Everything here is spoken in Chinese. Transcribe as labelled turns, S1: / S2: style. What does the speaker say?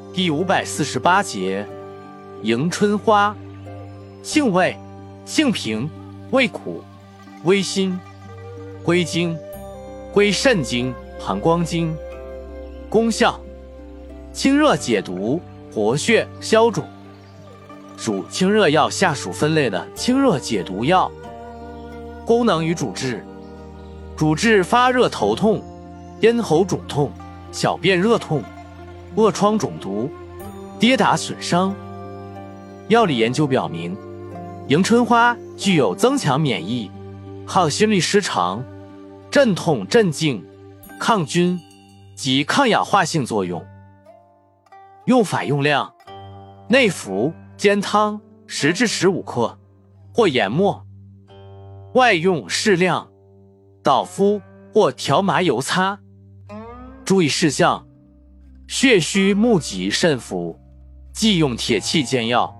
S1: 第548节，迎春花。性味，性平，味苦，微辛，归经，归肾经、膀胱经。功效，清热解毒，活血消肿，属清热药下属分类的清热解毒药。功能与主治，主治发热头痛、咽喉肿痛、小便热痛、恶疮肿毒、跌打损伤。药理研究表明，迎春花具有增强免疫、抗心律失常、镇痛镇静、抗菌及抗氧化性作用。用法用量，内服煎汤10至15克，或研末；外用适量，捣敷或调麻油擦。注意事项，血虚目疾慎服，忌用铁器煎药。